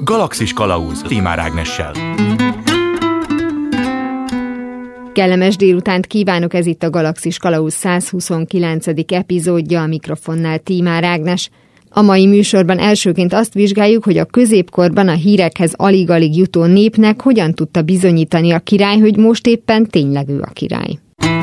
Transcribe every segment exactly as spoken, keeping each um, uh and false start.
Galaxis kalauz Tímár Ágnessel. Kellemes délutánt kívánok, ez itt a Galaxis kalauz száz huszonkilencedik epizódja, a mikrofonnál Tímár Ágnes. A mai műsorban elsőként azt vizsgáljuk, hogy a középkorban a hírekhez alig-alig jutó népnek hogyan tudta bizonyítani a király, hogy most éppen tényleg ő a király.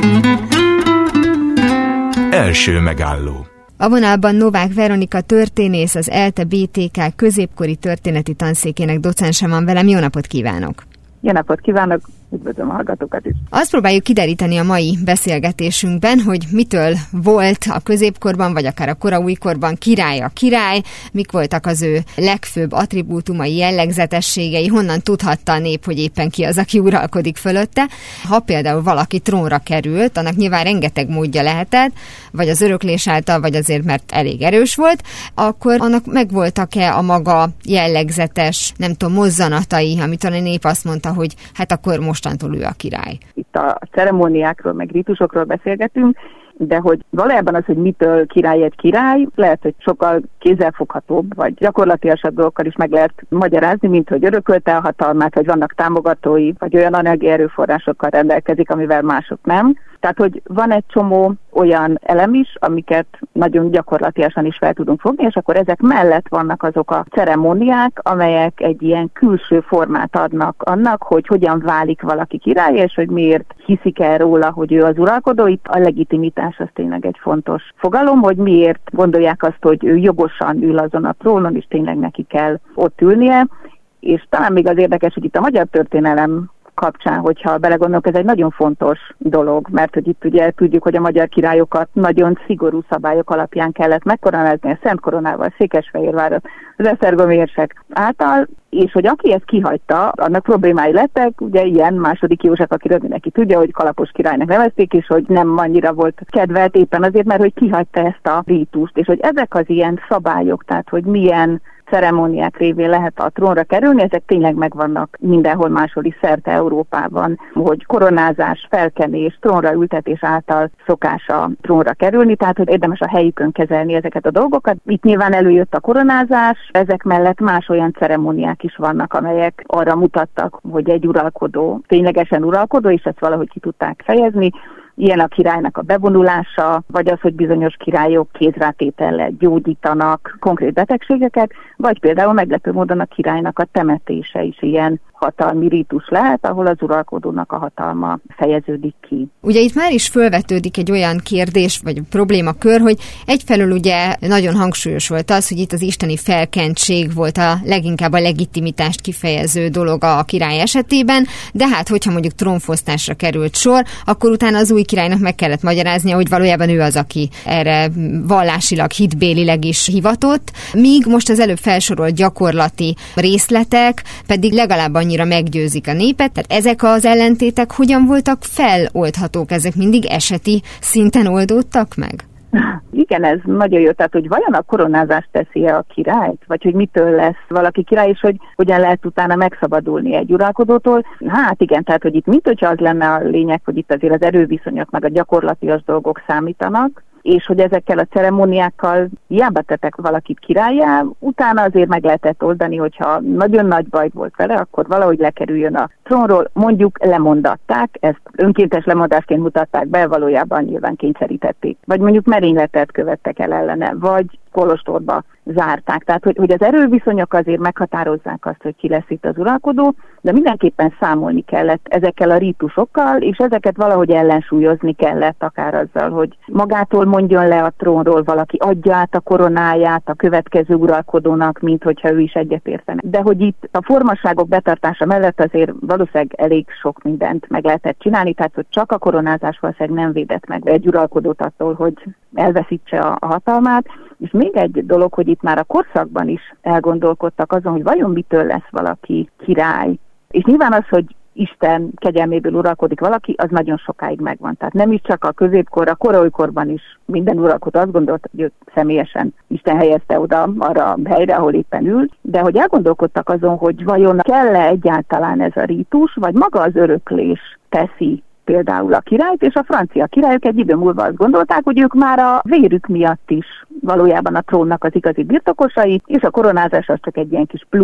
Első megálló. A vonalban Novák Veronika történész, az ELTE bé té ká középkori történeti tanszékének docense van velem. Jó napot kívánok! Jó napot kívánok! Üdvözlöm a hallgatókat is! Azt próbáljuk kideríteni a mai beszélgetésünkben, hogy mitől volt a középkorban, vagy akár a koraújkorban király a király, mik voltak az ő legfőbb attribútumai, jellegzetességei, honnan tudhatta a nép, hogy éppen ki az, aki uralkodik fölötte. Ha például valaki trónra került, annak nyilván rengeteg módja lehetett, vagy az öröklés által, vagy azért, mert elég erős volt, akkor annak megvoltak-e a maga jellegzetes, nem tudom, mozzanatai, amitől a nép azt mondta, hogy hát akkor mostantól ő a király. Itt a ceremóniákról, meg rítusokról beszélgetünk, de hogy valójában az, hogy mitől király egy király, lehet, hogy sokkal kézzelfoghatóbb, vagy gyakorlatilasabb dolgokkal is meg lehet magyarázni, mint hogy örökölte a hatalmát, vagy vannak támogatói, vagy olyan anyagi erőforrásokkal rendelkezik, amivel mások nem. Tehát, hogy van egy csomó olyan elem is, amiket nagyon gyakorlatilasan is fel tudunk fogni, és akkor ezek mellett vannak azok a ceremóniák, amelyek egy ilyen külső formát adnak annak, hogy hogyan válik valaki király, és hogy miért hiszik el róla, hogy ő az uralkodó. Itt a legitimitás az tényleg egy fontos fogalom, hogy miért gondolják azt, hogy ő jogosan ül azon a trónon, és tényleg neki kell ott ülnie. És talán még az érdekes, hogy itt a magyar történelem kapcsán, hogyha belegondolok, ez egy nagyon fontos dolog, mert hogy itt ugye tudjuk, hogy a magyar királyokat nagyon szigorú szabályok alapján kellett megkoronázni a Szent Koronával, Székesfehérvárat, az Esztergomi érsek által, és hogy aki ezt kihagyta, annak problémái lettek, ugye ilyen második József, akiről mindenki tudja, hogy kalapos királynak nevezték, és hogy nem annyira volt kedvelt éppen azért, mert hogy kihagyta ezt a rítust, és hogy ezek az ilyen szabályok, tehát hogy milyen ceremóniák révén lehet a trónra kerülni, ezek tényleg megvannak mindenhol máshol is szerte Európában, hogy koronázás, felkenés, trónra ültetés által szokás a trónra kerülni, tehát hogy érdemes a helyükön kezelni ezeket a dolgokat. Itt nyilván előjött a koronázás, ezek mellett más olyan ceremóniák is vannak, amelyek arra mutattak, hogy egy uralkodó ténylegesen uralkodó, és ezt valahogy ki tudták fejezni. Ilyen a királynak a bevonulása, vagy az, hogy bizonyos királyok kézrátétellel gyógyítanak konkrét betegségeket, vagy például meglepő módon a királynak a temetése is ilyen hatalmi rítus lehet, ahol az uralkodónak a hatalma fejeződik ki. Ugye itt már is fölvetődik egy olyan kérdés, vagy problémakör, hogy egyfelől ugye nagyon hangsúlyos volt az, hogy itt az isteni felkentség volt a leginkább a legitimitást kifejező dolog a király esetében, de hát hogyha mondjuk trónfosztásra került sor, akkor utána az új királynak meg kellett magyaráznia, hogy valójában ő az, aki erre vallásilag, hitbélileg is hivatott, míg most az előbb felsorolt gyakorlati részletek pedig legalább annyira meggyőzik a népet, tehát ezek az ellentétek hogyan voltak feloldhatók, ezek mindig eseti szinten oldódtak meg? Igen, ez nagyon jó. Tehát, hogy vajon a koronázást teszi-e a királyt? Vagy hogy mitől lesz valaki király, és hogy hogyan lehet utána megszabadulni egy uralkodótól? Hát igen, tehát, hogy itt mint hogyha az lenne a lényeg, hogy itt azért az erőviszonyok, meg a gyakorlatias dolgok számítanak, és hogy ezekkel a ceremóniákkal hiába tettek valakit királlyá, utána azért meg lehetett oldani, hogyha nagyon nagy baj volt vele, akkor valahogy lekerüljön a trónról, mondjuk lemondatták, ezt önkéntes lemondásként mutatták be, valójában nyilván kényszerítették. Vagy mondjuk merényletet követtek el ellene, vagy kolostorba zárták. Tehát, hogy, hogy az erőviszonyok azért meghatározzák azt, hogy ki lesz itt az uralkodó, de mindenképpen számolni kellett ezekkel a rítusokkal, és ezeket valahogy ellensúlyozni kellett, akár azzal, hogy magától mondjon le a trónról valaki, adja át a koronáját a következő uralkodónak, mint hogyha ő is egyetértene. De hogy itt a formaságok betartása mellett azért valószínűleg elég sok mindent meg lehetett csinálni, tehát hogy csak a koronázás valószínűleg nem védett meg egy uralkodót attól, hogy elveszítse a, a hatalmát. És még egy dolog, hogy itt már a korszakban is elgondolkodtak azon, hogy vajon mitől lesz valaki király. És nyilván az, hogy Isten kegyelméből uralkodik valaki, az nagyon sokáig megvan. Tehát nem is csak a középkor, a koraújkorban is minden uralkodó azt gondolta, hogy őt személyesen Isten helyezte oda arra a helyre, ahol éppen ül, de hogy elgondolkodtak azon, hogy vajon kell-e egyáltalán ez a rítus, vagy maga az öröklés teszi például a királyt, és a francia királyok egy idő múlva azt gondolták, hogy ők már a vérük miatt is valójában a trónnak az igazi birtokosai, és a koronázás az csak egy ilyen kis plusz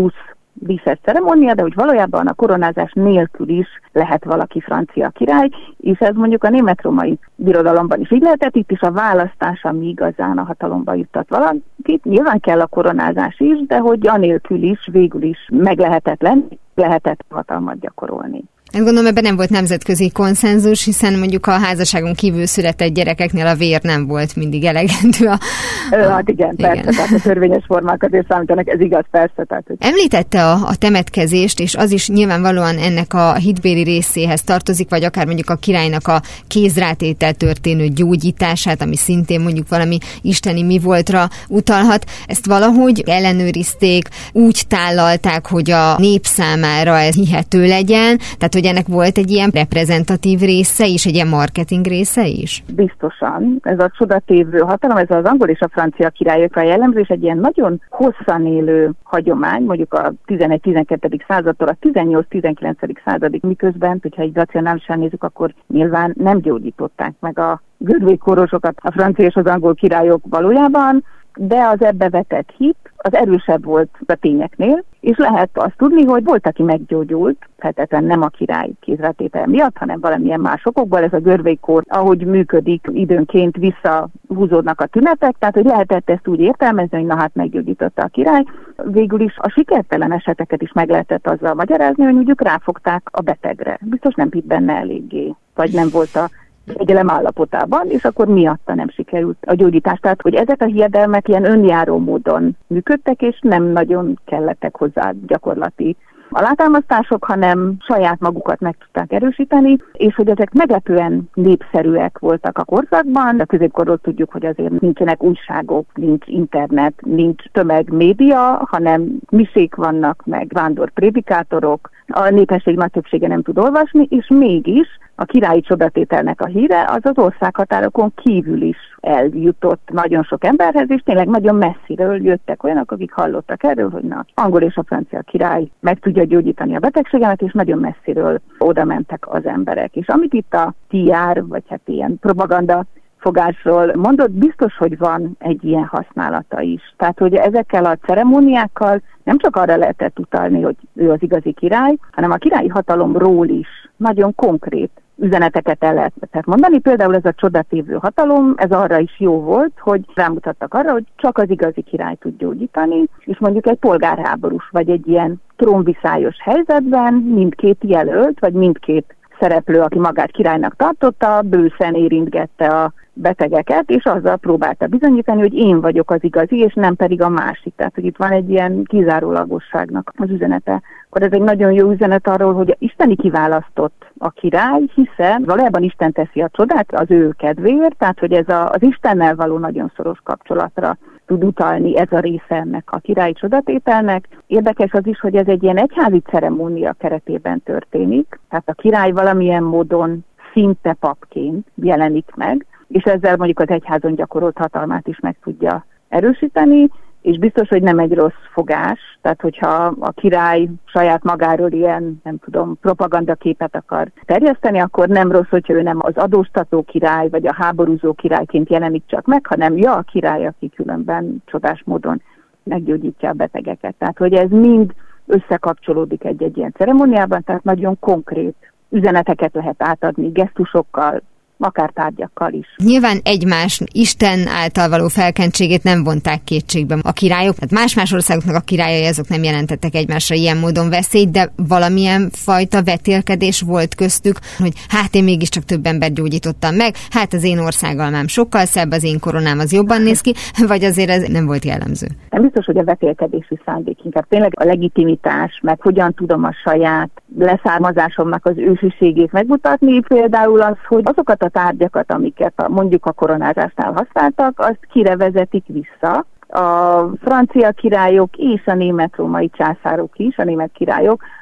díszes ceremónia, de hogy valójában a koronázás nélkül is lehet valaki francia király, és ez mondjuk a német-római birodalomban is így lehetett, itt is a választás, ami igazán a hatalomba juttat valakit. Nyilván kell a koronázás is, de hogy anélkül is végül is meg lehetett lenni, lehetett hatalmat gyakorolni. Én gondolom, ebben nem volt nemzetközi konszenzus, hiszen mondjuk a házasságon kívül született gyerekeknél a vér nem volt mindig elegendő. A, a, hát igen, igen, persze, tehát a törvényes formák azért számítanak, ez igaz, persze. Tehát, hogy... Említette a, a temetkezést, és az is nyilvánvalóan ennek a hitbéli részéhez tartozik, vagy akár mondjuk a királynak a kézrátétel történő gyógyítását, ami szintén mondjuk valami isteni mi voltra utalhat. Ezt valahogy ellenőrizték, úgy tálalták, hogy a nép számára ez hihető legyen, tehát hogy ennek volt egy ilyen reprezentatív része is, egy ilyen marketing része is? Biztosan. Ez a csodatévő hatalom, ez az angol és a francia királyokra jellemző, és egy ilyen nagyon hosszan élő hagyomány, mondjuk a tizenegy-tizenkettedik századtól a tizennyolc-tizenkilencedik századig, miközben, hogyha egy racionálisan nézzük, akkor nyilván nem gyógyították meg a gödvékórosokat a francia és az angol királyok valójában, de az ebbe vetett hit az erősebb volt a tényeknél, és lehet azt tudni, hogy volt, aki meggyógyult, feltétlenül nem a király kézrátétel miatt, hanem valamilyen más okokból. Ez a görvékór, ahogy működik, időnként visszahúzódnak a tünetek, tehát hogy lehetett ezt úgy értelmezni, hogy na hát meggyógyította a király. Végül is a sikertelen eseteket is meg lehetett azzal magyarázni, hogy mondjuk ráfogták a betegre. Biztos nem hitt benne eléggé, vagy nem volt a egyelem állapotában, és akkor miatta nem sikerült a gyógyítás. Tehát, hogy ezek a hiedelmek ilyen önjáró módon működtek, és nem nagyon kellettek hozzá gyakorlati alátámasztások, hanem saját magukat meg tudták erősíteni, és hogy ezek meglepően népszerűek voltak a korszakban. A középkorról tudjuk, hogy azért nincsenek újságok, nincs internet, nincs tömegmédia, hanem misék vannak, meg vándor prédikátorok, a népesség nagy többsége nem tud olvasni, és mégis a királyi csodatételnek a híre az az országhatárokon kívül is eljutott nagyon sok emberhez, és tényleg nagyon messziről jöttek olyanok, akik hallottak erről, hogy na, angol és a francia király meg tudja gyógyítani a betegségemet, és nagyon messziről oda mentek az emberek. És amit itt a pé er, vagy hát ilyen propaganda fogásról mondott, biztos, hogy van egy ilyen használata is. Tehát, hogy ezekkel a ceremóniákkal nem csak arra lehetett utalni, hogy ő az igazi király, hanem a királyi hatalomról is nagyon konkrét üzeneteket el lehetett mondani. Például ez a csodatévő hatalom, ez arra is jó volt, hogy rámutattak arra, hogy csak az igazi király tud gyógyítani, és mondjuk egy polgárháborús, vagy egy ilyen trónviszályos helyzetben mindkét jelölt, vagy mindkét szereplő, aki magát királynak tartotta, bőszen érintgette a betegeket, és azzal próbálta bizonyítani, hogy én vagyok az igazi, és nem pedig a másik. Tehát, hogy itt van egy ilyen kizárólagosságnak az üzenete. Akkor ez egy nagyon jó üzenet arról, hogy isteni kiválasztott a király, hiszen valójában Isten teszi a csodát az ő kedvéért, tehát, hogy ez a, az Istennel való nagyon szoros kapcsolatra tud utalni ez a része ennek a királyi csodatételnek. Érdekes az is, hogy ez egy ilyen egyházi ceremónia keretében történik, tehát a király valamilyen módon szinte papként jelenik meg, és ezzel mondjuk az egyházon gyakorolt hatalmát is meg tudja erősíteni, és biztos, hogy nem egy rossz fogás, tehát hogyha a király saját magáról ilyen, nem tudom, propagandaképet akar terjeszteni, akkor nem rossz, hogyha ő nem az adóztató király, vagy a háborúzó királyként jelenik csak meg, hanem ja, a király, aki különben csodás módon meggyógyítja a betegeket. Tehát, hogy ez mind összekapcsolódik egy-egy ilyen ceremóniában, tehát nagyon konkrét üzeneteket lehet átadni gesztusokkal, akár tárgyakkal is. Nyilván egymás Isten által való felkentségét nem vonták kétségbe a királyok. Tehát más-más országoknak a királyai azok nem jelentettek egymásra ilyen módon veszélyt, de valamilyen fajta vetélkedés volt köztük, hogy hát én mégiscsak több embert gyógyítottam meg, hát az én országalmám sokkal szebb, az én koronám az jobban néz ki, vagy azért ez nem volt jellemző? Nem biztos, hogy a vetélkedési szándék, inkább tényleg a legitimitás, meg hogyan tudom a saját leszármazásomnak az ősiségét megmutatni, például az, hogy azokat a tárgyakat, amiket a, mondjuk a koronázásnál használtak, azt kire vezetik vissza. A francia királyok és a német-római császárok is, a német királyok,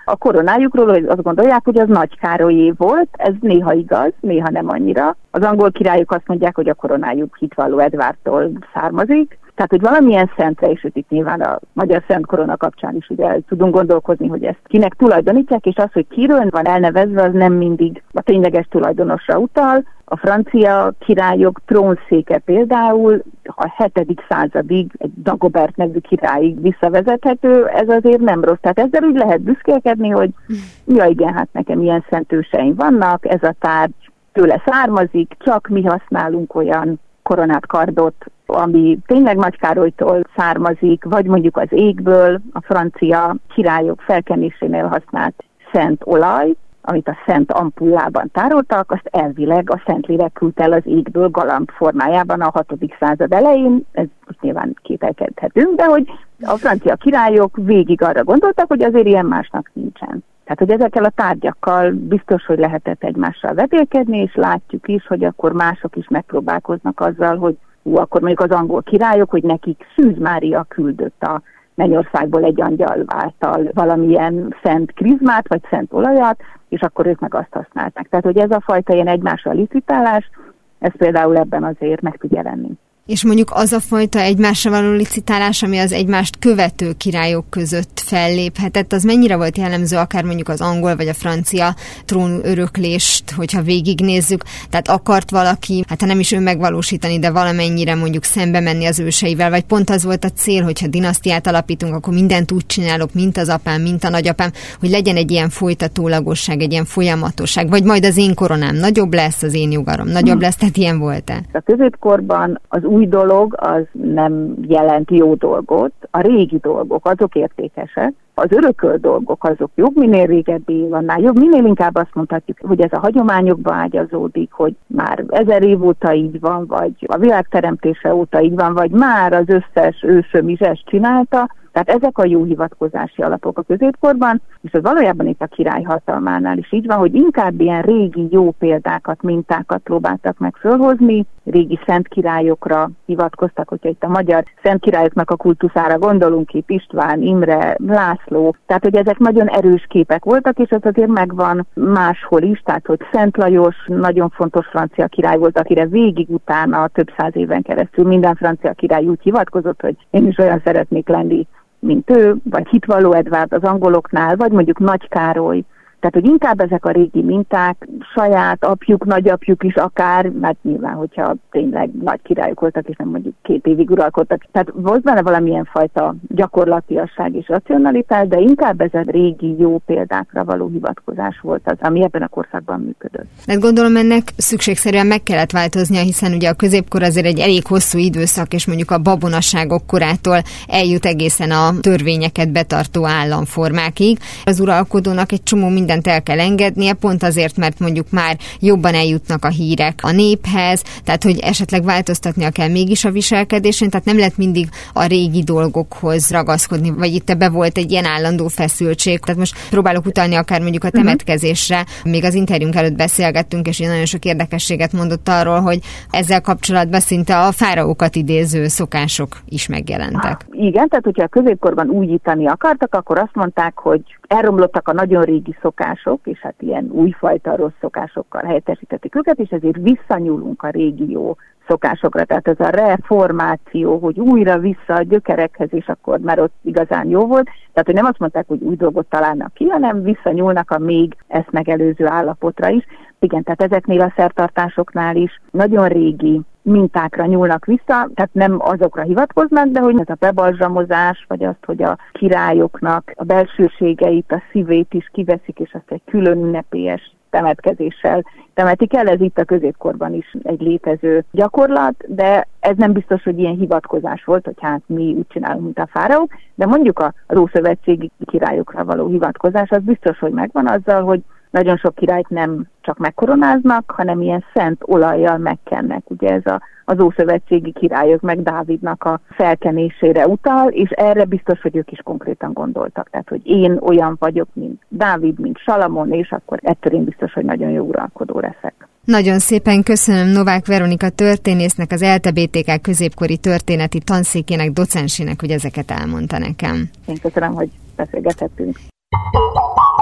a koronájukról, hogy azt gondolják, hogy az Nagy Károlyé volt, ez néha igaz, néha nem annyira. Az angol királyok azt mondják, hogy a koronájuk hitvalló Edwardtól származik, tehát, hogy valamilyen szentre, és itt nyilván a magyar szent korona kapcsán is ugye tudunk gondolkozni, hogy ezt kinek tulajdonítják, és az, hogy kiről van elnevezve, az nem mindig a tényleges tulajdonosra utal. A francia királyok trónszéke például a hetedik századig egy Dagobert nevű királyig visszavezethető, ez azért nem rossz. Tehát ezzel úgy lehet büszkélkedni, hogy ja igen, hát nekem ilyen szentőseim vannak, ez a tárgy tőle származik, csak mi használunk olyan koronát, kardot, ami tényleg Nagy Károlytól származik, vagy mondjuk az égből, a francia királyok felkenésénél használt szent olaj, amit a szent ampullában tároltak, azt elvileg a Szentlélek küldte el az égből galamb formájában a hatodik század elején, ez most nyilván kételkedhetünk, de hogy a francia királyok végig arra gondoltak, hogy azért ilyen másnak nincsen. Tehát, hogy ezekkel a tárgyakkal biztos, hogy lehetett egymással vetélkedni, és látjuk is, hogy akkor mások is megpróbálkoznak azzal, hogy hú, akkor mondjuk az angol királyok, hogy nekik Szűz Mária küldött a Mennyországból egy angyal által valamilyen szent krizmát, vagy szent olajat, és akkor ők meg azt használták. Tehát, hogy ez a fajta ilyen egymással licitálás, ez például ebben azért meg tud jelenni. És mondjuk az a fajta egymásra való licitálás, ami az egymást követő királyok között felléphetett, az mennyire volt jellemző akár mondjuk az angol vagy a francia trónöröklést, hogyha végignézzük, tehát akart valaki, hát ha nem is önmegvalósítani, de valamennyire mondjuk szembe menni az őseivel, vagy pont az volt a cél, hogyha dinasztiát alapítunk, akkor mindent úgy csinálok, mint az apám, mint a nagyapám, hogy legyen egy ilyen folytatólagosság, egy ilyen folyamatosság, vagy majd az én koronám nagyobb lesz, az én jogarom nagyobb lesz, tehát ilyen volt-e? A középkorban az új dolog az nem jelent jó dolgot, a régi dolgok azok értékesek, az örökölt dolgok azok jobb, minél régebbi annál jobb, minél inkább azt mondhatjuk, hogy ez a hagyományokba ágyazódik, hogy már ezer év óta így van, vagy a világ teremtése óta így van, vagy már az összes ősöm is ezt csinálta. Tehát ezek a jó hivatkozási alapok a középkorban, és az valójában itt a király hatalmánál is így van, hogy inkább ilyen régi jó példákat, mintákat próbáltak meg fölhozni, régi szent királyokra hivatkoztak, hogyha itt a magyar szent királyoknak a kultuszára gondolunk, itt István, Imre, László, tehát hogy ezek nagyon erős képek voltak, és ez azért megvan máshol is, tehát hogy Szent Lajos nagyon fontos francia király volt, akire végig utána több száz éven keresztül minden francia király úgy hivatkozott, hogy én is olyan szeretnék lenni, mint ő, vagy hitvalló Edward az angoloknál, vagy mondjuk Nagy Károly. Tehát, hogy inkább ezek a régi minták, saját apjuk, nagyapjuk is akár, mert nyilván, hogyha tényleg nagy királyok voltak, és nem mondjuk két évig uralkodtak. Tehát volt benne valamilyen fajta gyakorlatiasság és racionalitás, de inkább ez a régi jó példákra való hivatkozás volt az, ami ebben a korszakban működött. De gondolom ennek szükségszerűen meg kellett változnia, hiszen ugye a középkor azért egy elég hosszú időszak, és mondjuk a babonasságok korától eljut egészen a törvényeket betartó államformákig. Az uralkodónak egy csomó mindent el kell engednie, pont azért, mert mondjuk már jobban eljutnak a hírek a néphez, tehát hogy esetleg változtatnia kell mégis a viselkedésén, tehát nem lehet mindig a régi dolgokhoz ragaszkodni, vagy itt ebbe volt egy ilyen állandó feszültség. Tehát most próbálok utalni akár mondjuk a temetkezésre. Még az interjúnk előtt beszélgettünk, és nagyon sok érdekességet mondott arról, hogy ezzel kapcsolatban szinte a fáraókat idéző szokások is megjelentek. Igen, tehát hogyha a középkorban újítani akartak, akkor azt mondták, hogy elromlottak a nagyon régi szokások, és hát ilyen újfajta rossz szokásokkal helyettesítették őket, és ezért visszanyúlunk a régi jó szokásokra. Tehát ez a reformáció, hogy újra vissza a gyökerekhez, és akkor már ott igazán jó volt. Tehát, hogy nem azt mondták, hogy új dolgot találnak ki, hanem visszanyúlnak a még ezt megelőző állapotra is. Igen, tehát ezeknél a szertartásoknál is nagyon régi mintákra nyúlnak vissza, tehát nem azokra hivatkoznak, de hogy ez a bebalzsamozás, vagy azt, hogy a királyoknak a belsőségeit, a szívét is kiveszik, és azt egy külön ünnepélyes temetkezéssel temetik el, ez itt a középkorban is egy létező gyakorlat, de ez nem biztos, hogy ilyen hivatkozás volt, hogy hát mi úgy csinálunk, mint a fáraók, de mondjuk a rószövetségi királyokra való hivatkozás, az biztos, hogy megvan azzal, hogy nagyon sok királyt nem csak megkoronáznak, hanem ilyen szent olajjal megkennek. Ugye ez a, az ószövetségi királyok meg Dávidnak a felkenésére utal, és erre biztos, hogy ők is konkrétan gondoltak. Tehát, hogy én olyan vagyok, mint Dávid, mint Salamon, és akkor ettől én biztos, hogy nagyon jó uralkodó leszek. Nagyon szépen köszönöm Novák Veronika történésznek, az ELTE bé té ká középkori történeti tanszékének, docensének, hogy ezeket elmondta nekem. Én köszönöm, hogy beszélgethettünk.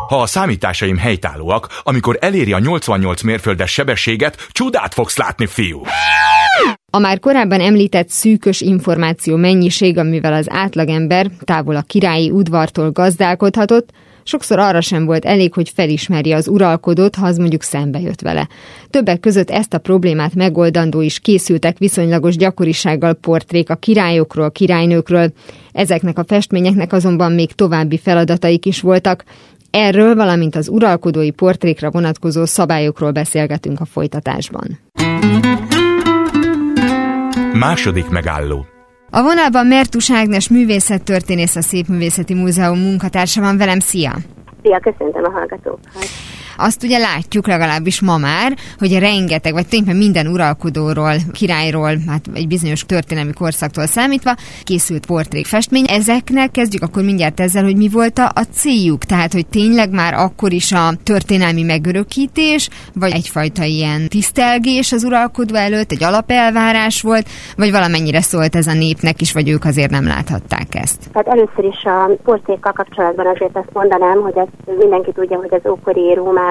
Ha a számításaim helytállóak, amikor eléri a nyolcvannyolc mérföldes sebességet, csodát fogsz látni, fiú! A már korábban említett szűkös információ mennyiség, amivel az átlagember távol a királyi udvartól gazdálkodhatott, sokszor arra sem volt elég, hogy felismerje az uralkodót, ha az mondjuk szembe jött vele. Többek között ezt a problémát megoldandó is készültek viszonylagos gyakorisággal portrék a királyokról, királynőkről. Ezeknek a festményeknek azonban még további feladataik is voltak. Erről, valamint az uralkodói portrékra vonatkozó szabályokról beszélgetünk a folytatásban. Második megálló. A vonalban Mertus Ágnes művészettörténész, a Szépművészeti Múzeum munkatársa van velem. Szia! Szia, köszöntöm a hallgatókat! Azt ugye látjuk legalábbis ma már, hogy rengeteg, vagy tényleg minden uralkodóról, királyról, hát egy bizonyos történelmi korszaktól számítva készült portrékfestmény. Ezeknek kezdjük akkor mindjárt ezzel, hogy mi volt a, a céljuk, tehát hogy tényleg már akkor is a történelmi megörökítés, vagy egyfajta ilyen tisztelgés az uralkodó előtt, egy alapelvárás volt, vagy valamennyire szólt ez a népnek is, vagy ők azért nem láthatták ezt? Hát először is a portrékkal kapcsolatban azért azt mondanám, hogy ezt mindenki tudja, hogy az ókori Rómában,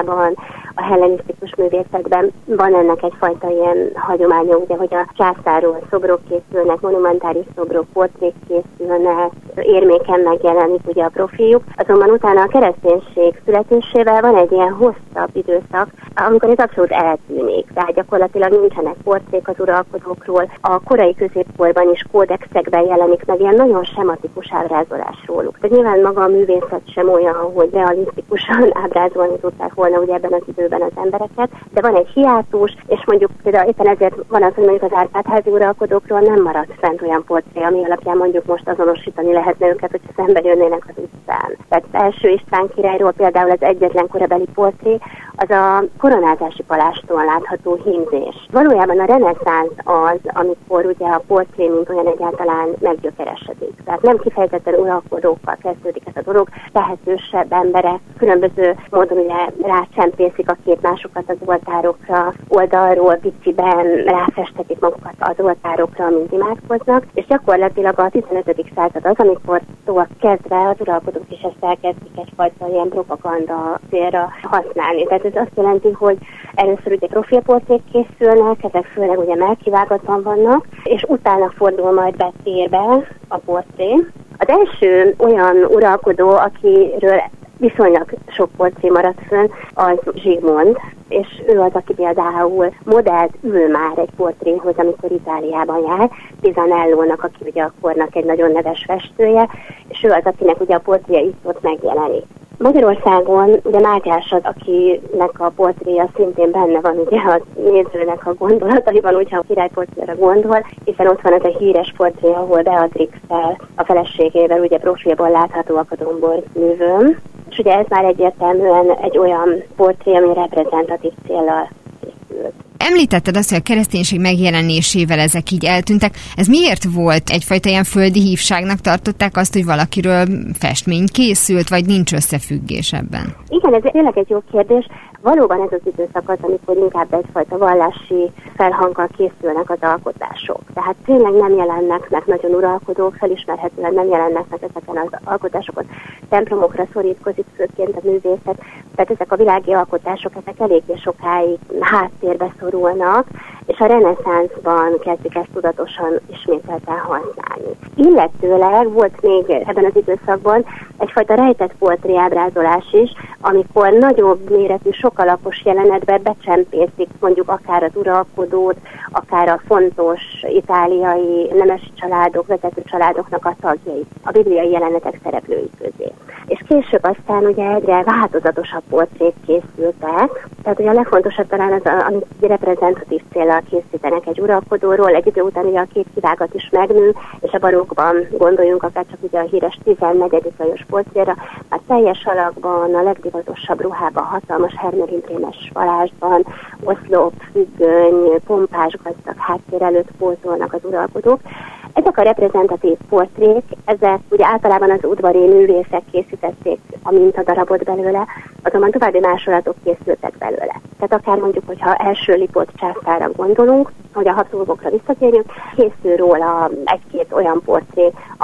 a hellenisztikus művészetben van ennek egyfajta ilyen hagyománya, ugye, hogy a császárról szobrok készülnek, monumentális szobrok, portrék készülnek, érméken megjelenik ugye a profiljuk. Azonban utána a kereszténység születésével van egy ilyen hosszabb időszak, amikor ez abszolút eltűnik. Tehát gyakorlatilag nincsenek portrék az uralkodókról. A korai középkorban is kódexekben jelenik meg ilyen nagyon sematikus ábrázolás róluk. Tehát nyilván maga a művészet sem olyan, hogy realisztikusan ábrázolni tudták volna ugye ebben az időben az embereket, de van egy hiátus, és mondjuk például éppen ezért van az, hogy mondjuk az Árpád-házi uralkodókról nem maradt fent olyan portré, ami alapján mondjuk most azonosítani lehetne őket, hogyha szembe jönnének az utcán. Tehát első István királyról például az egyetlen korabeli portré, az a koronázási palástól látható hímzés. Valójában a reneszánsz az, amikor ugye a portré mint olyan egyáltalán meggyökeresedik. Tehát nem kifejezetten uralkodókkal kezdődik ez a dolog, tehetősebb emberek különböző módon ugye rácsempészik a képmásokat az oltárokra, oldalról piciben ráfestetik magukat az oltárokra, amint imádkoznak, és gyakorlatilag a tizenötödik század az, amikor szóval kezdve az uralkodók is ezt elkezdik egyfajta ilyen propaganda célra használni. Tehát ez azt jelenti, hogy először ugye profilportrék készülnek, ezek főleg ugye mellkivágatban vannak, és utána fordul majd be térbe a portré. Az első olyan uralkodó, akiről viszonylag sok portré maradt fönn, az Zsigmond, és ő az, aki például modellt ül már egy portréhoz, amikor Itáliában jár, Pisanellónak, aki ugye a kornak egy nagyon neves festője, és ő az, akinek ugye a portréja itt ott megjelenik. Magyarországon ugye Mátyás az, akinek a portréja szintén benne van ugye a nézőnek a gondolataiban, hogyha a királyportréra gondol, hiszen ott van ez a híres portré, ahol Beatrix-tel, a feleségével ugye profilból láthatóak a domborzművőn. És ugye ez már egyértelműen egy olyan portré, ami reprezentatív céllal készült. Említetted azt, hogy a kereszténység megjelenésével ezek így eltűntek. Ez miért volt? Egyfajta ilyen földi hívságnak tartották azt, hogy valakiről festmény készült, vagy nincs összefüggés ebben? Igen, ez tényleg egy jó kérdés. Valóban ez az időszak az, amikor inkább egyfajta vallási felhanggal készülnek az alkotások. Tehát tényleg nem jelennek meg nagyon uralkodók, felismerhetően nem jelennek meg ezeken az alkotásokon. Templomokra szorítkozik főként a művészet, tehát ezek a világi alkotások, ezek eléggé sokáig háttérbe szorulnak, és a reneszánszban kezdik ezt tudatosan ismételten használni. Illetőleg volt még ebben az időszakban egyfajta rejtett portréábrázolás is, amikor nagyobb méretű, sokalapos jelenetbe becsempészik mondjuk akár az uralkodót, akár a fontos itáliai nemesi családok, vezető családoknak a tagjait, a bibliai jelenetek szereplői közé. És később aztán ugye egyre változatosabb portrék készültek, tehát ugye a legfontosabb talán az, amit reprezentatív céllal készítenek egy uralkodóról, egy idő után ugye a két kivágat is megnő, és a barokkban gondoljunk akár csak ugye a híres tizennegyedik Lajos portréra, a teljes alakban, a legdivatosabb ruhában, hatalmas hermelindrémes palástban, oszlop, függöny, pompás gazdag háttér előtt pózolnak az uralkodók. Ezek a reprezentatív portrék, ezek ugye általában az udvari művészek készítették a mintadarabot belőle, azonban további másolatok készültek belőle. Tehát akár mondjuk, hogyha első Lipót császárra gondolunk, hogy a Habsburgokra visszatérjünk, készül róla egy-két olyan portré,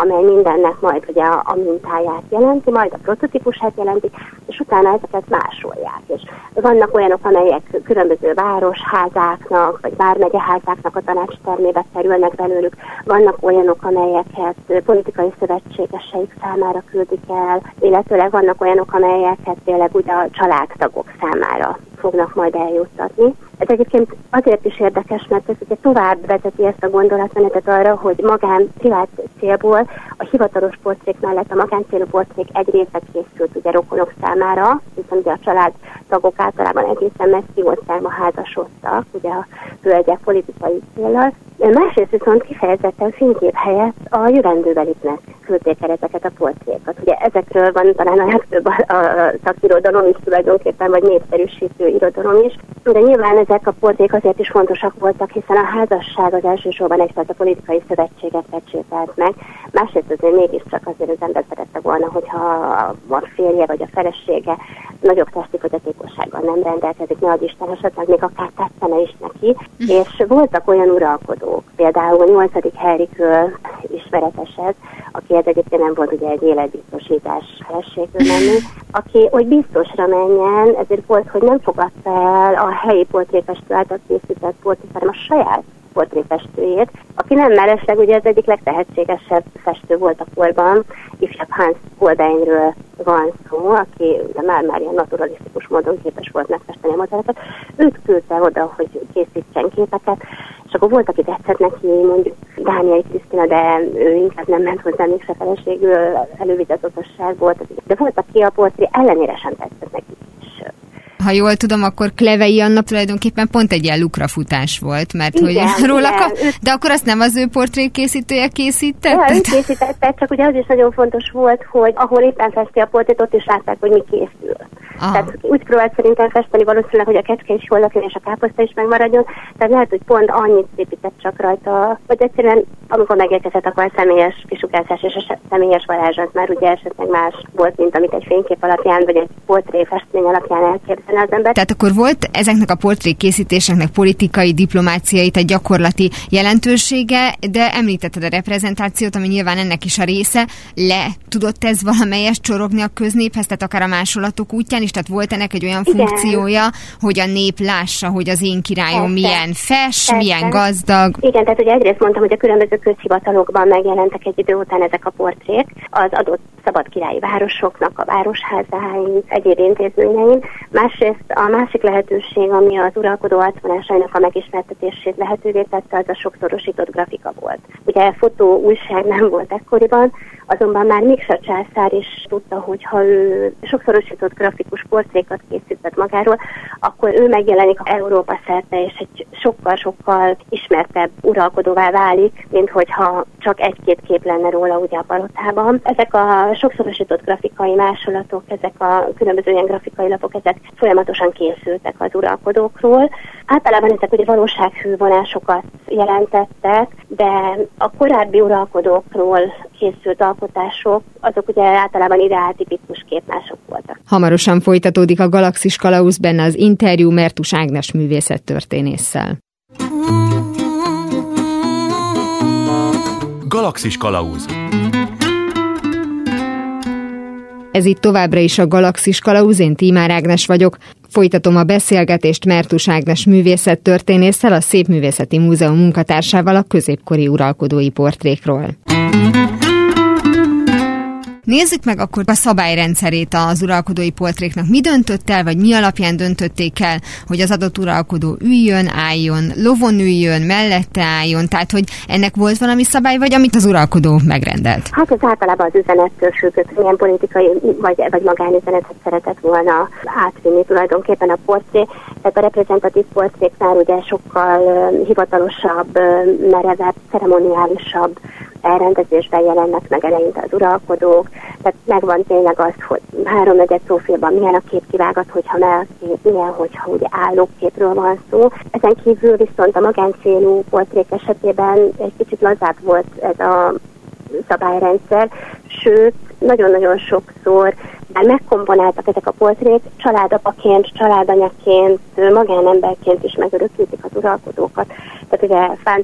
amely mindennek majd ugye a, a mintáját jelenti, majd a prototípusát jelenti, és utána ezeket másolják. És vannak olyanok, amelyek különböző városházáknak, vagy vármegyeházáknak a tanácstermébe kerülnek belőlük, vannak olyanok, amelyeket politikai szövetségeseik számára küldik el, illetőleg vannak olyanok, amelyeket tényleg ugye a családtagok számára fognak majd eljuttatni. Ez egyébként azért is érdekes, mert ez ugye tovább vezeti ezt a gondolatmenetet arra, hogy magán privát célból a hivatalos portrék mellett a magáncélú portrék egy része készült ugye rokonok számára, hiszen ugye a családtagok általában egészen messziót szárma házasodtak, ugye a hölgyek politikai céllal. Másrészt viszont kifejezetten fénykép helyett a jövendőbeliknek küldték el ezeket a portrékat. Ugye ezekről van talán a legtöbb a, a szakirodalom is tulajdonképpen, vagy népszerűsítő irodalom is. De nyilván ezek a portrék azért is fontosak voltak, hiszen a házasság az elsősorban egyfajta politikai szövetséget pecsételt meg. Másrészt azért mégiscsak azért az ember szerette volna, hogyha a férje vagy a felesége nagyobb testi fogyatékossággal nem rendelkezik, ne adj Isten, esetleg még akár tetszene is neki. És voltak olyan uralkodók, például a nyolcadik Henrikről ismeretes ez, aki ez egyébként nem volt ugye egy életbiztosítás feleségül menni, aki, hogy biztosra menjen, ezért volt, hogy nem fogadta el a helyi portrépestő által készített portrét, hanem a saját portrépestőjét, aki nem mellesleg ugye az egyik legtehetségesebb festő volt a korban, ifjabb Hans Holbeinről van szó, aki már-már ilyen naturalisztikus módon képes volt megfesteni a modelleket. Őt küldte oda, hogy készítsen képeket, és akkor volt, aki tetszett neki, mondjuk Dániai Krisztina, de ő inkább nem ment hozzá, mégse feleségül elővigyázatosság volt, de volt, aki a portré ellenére sem tetszett neki is. Ha jól tudom, akkor Klevei Anna tulajdonképpen pont egy ilyen lukrafutás volt, mert igen, hogy róla igen. kap... De akkor azt nem az ő portrékészítője készítette? Ja, ő készítette, csak ugye az is nagyon fontos volt, hogy ahol éppen festi a portrét, ott is látták, hogy mi készül. Aha. Tehát úgy próbált szerintem festeni valószínűleg, hogy a kecske is jól lakjon, és a káposzta is megmaradjon. Tehát lehet, hogy pont annyit épített csak rajta, vagy egyszerűen amikor megérkezett, akkor a személyes kisugárzás és a személyes varázslat már ugye esetleg más volt, mint amit egy fénykép alapján, vagy egy portré festmény alapján elképzelni az ember. Tehát akkor volt ezeknek a portrékészítéseknek politikai, diplomáciai, tehát gyakorlati jelentősége, de említetted a reprezentációt, ami nyilván ennek is a része. Le tudott ez valamelyest csorogni a köznéphez, tehát akár a másolatok útján is, tehát volt ennek egy olyan igen. funkciója, hogy a nép lássa, hogy az én királyom Persze. milyen fes, Persze. milyen gazdag. Igen, tehát ugye egyrészt mondtam, hogy a különböző közhivatalokban megjelentek egy idő után ezek a portrék, az adott szabad királyi városoknak, a városházáin, egyéb intézményein. Másrészt a másik lehetőség, ami az uralkodó arcvonásainak a megismertetését lehetővé tette, az a sokszorosított grafika volt. Ugye fotó, újság nem volt ekkoriban, azonban már Miksa császár is tudta, hogy ha ő sokszorosított grafikus portrékat készített magáról, akkor ő megjelenik Európa szerte, és egy sokkal-sokkal ismertebb uralkodóvá válik, mint hogyha csak egy-két kép lenne róla ugye a palotában. Ezek a sokszorosított grafikai másolatok, ezek a különböző ilyen grafikai lapok, ezek folyamatosan készültek az uralkodókról. Általában ezek ugye valósághű vonásokat jelentettek, de a korábbi uralkodókról készült alkotások, azok ugye általában ideáltipikus képmások voltak. Hamarosan folytatódik a Galaxis Kalauz, benne az interjú Mertus Ágnes művészettörténésszel. Galaxis Kalauz. Ez itt továbbra is a Galaxis Kalauz, én Tímár Ágnes vagyok. Folytatom a beszélgetést Mertus Ágnes művészettörténésszel, a Szépművészeti Múzeum munkatársával a középkori uralkodói portrékról. Nézzük meg akkor a szabályrendszerét az uralkodói portréknak. Mi döntött el, vagy mi alapján döntötték el, hogy az adott uralkodó üljön, álljon, lovon üljön, mellette álljon, tehát hogy ennek volt valami szabály, vagy amit az uralkodó megrendelt? Hát ez általában az üzenettől függött, hogy milyen politikai vagy, vagy magánüzenetet szeretett volna átvinni tulajdonképpen a portré. Tehát a reprezentatív portréknál ugye sokkal uh, hivatalosabb, uh, merevebb, ceremoniálisabb elrendezésben jelennek meg eleinte az uralkodók, tehát megvan tényleg az, hogy háromnegyed szófilban milyen a kép kivágat, hogyha mellkép, milyen, hogyha ugye állóképről van szó. Ezen kívül viszont a magáncélú portrék esetében egy kicsit lazább volt ez a szabályrendszer, sőt, nagyon-nagyon sokszor már megkomponáltak ezek a portrék, családapaként, családanyaként, magánemberként is megörökítik az uralkodókat. Tehát ugye Van Dyck